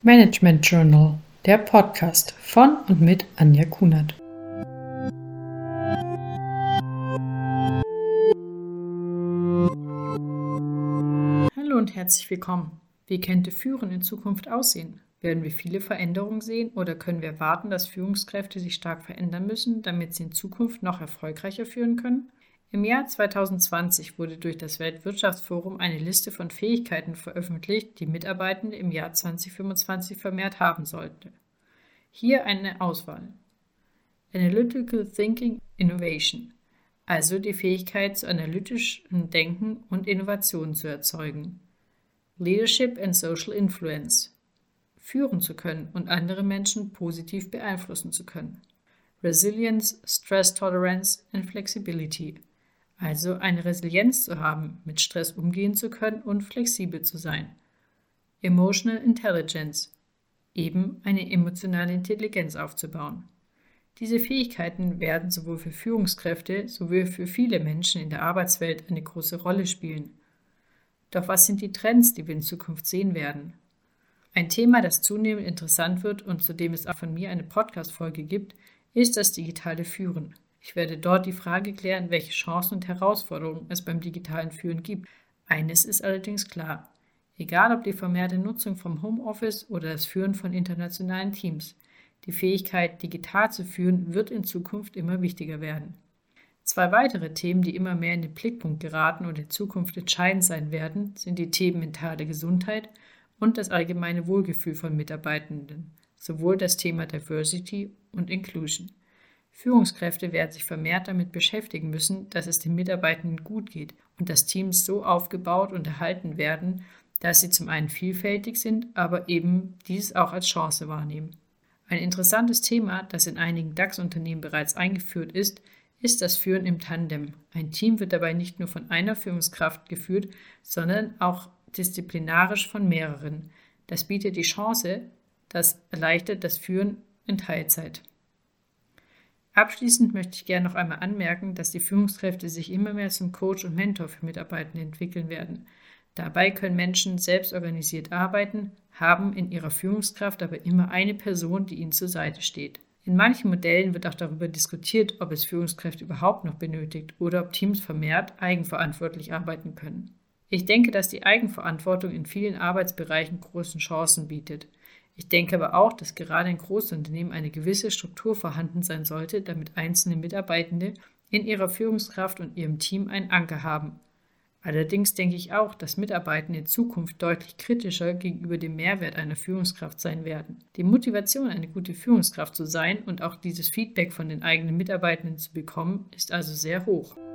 Management Journal, der Podcast von und mit Anja Kunert. Hallo und herzlich willkommen. Wie könnte Führen in Zukunft aussehen? Werden wir viele Veränderungen sehen oder können wir erwarten, dass Führungskräfte sich stark verändern müssen, damit sie in Zukunft noch erfolgreicher führen können? Im Jahr 2020 wurde durch das Weltwirtschaftsforum eine Liste von Fähigkeiten veröffentlicht, die Mitarbeitende im Jahr 2025 vermehrt haben sollten. Hier eine Auswahl. Analytical Thinking Innovation, also die Fähigkeit zu analytischem Denken und Innovationen zu erzeugen. Leadership and Social Influence, führen zu können und andere Menschen positiv beeinflussen zu können. Resilience, Stress Tolerance and Flexibility, also eine Resilienz zu haben, mit Stress umgehen zu können und flexibel zu sein. Emotional Intelligence, eben eine emotionale Intelligenz aufzubauen. Diese Fähigkeiten werden sowohl für Führungskräfte sowie für viele Menschen in der Arbeitswelt eine große Rolle spielen. Doch was sind die Trends, die wir in Zukunft sehen werden? Ein Thema, das zunehmend interessant wird und zu dem es auch von mir eine Podcast-Folge gibt, ist das digitale Führen. Ich werde dort die Frage klären, welche Chancen und Herausforderungen es beim digitalen Führen gibt. Eines ist allerdings klar. Egal ob die vermehrte Nutzung vom Homeoffice oder das Führen von internationalen Teams, die Fähigkeit, digital zu führen, wird in Zukunft immer wichtiger werden. Zwei weitere Themen, die immer mehr in den Blickpunkt geraten und in Zukunft entscheidend sein werden, sind die Themen mentale Gesundheit und das allgemeine Wohlgefühl von Mitarbeitenden, sowohl das Thema Diversity und Inclusion. Führungskräfte werden sich vermehrt damit beschäftigen müssen, dass es den Mitarbeitenden gut geht und dass Teams so aufgebaut und erhalten werden, dass sie zum einen vielfältig sind, aber eben dies auch als Chance wahrnehmen. Ein interessantes Thema, das in einigen DAX-Unternehmen bereits eingeführt ist das Führen im Tandem. Ein Team wird dabei nicht nur von einer Führungskraft geführt, sondern auch disziplinarisch von mehreren. Das bietet die Chance, das erleichtert das Führen in Teilzeit. Abschließend möchte ich gerne noch einmal anmerken, dass die Führungskräfte sich immer mehr zum Coach und Mentor für Mitarbeitende entwickeln werden. Dabei können Menschen selbst organisiert arbeiten, haben in ihrer Führungskraft aber immer eine Person, die ihnen zur Seite steht. In manchen Modellen wird auch darüber diskutiert, ob es Führungskräfte überhaupt noch benötigt oder ob Teams vermehrt eigenverantwortlich arbeiten können. Ich denke, dass die Eigenverantwortung in vielen Arbeitsbereichen große Chancen bietet. Ich denke aber auch, dass gerade in Großunternehmen eine gewisse Struktur vorhanden sein sollte, damit einzelne Mitarbeitende in ihrer Führungskraft und ihrem Team einen Anker haben. Allerdings denke ich auch, dass Mitarbeitende in Zukunft deutlich kritischer gegenüber dem Mehrwert einer Führungskraft sein werden. Die Motivation, eine gute Führungskraft zu sein und auch dieses Feedback von den eigenen Mitarbeitenden zu bekommen, ist also sehr hoch.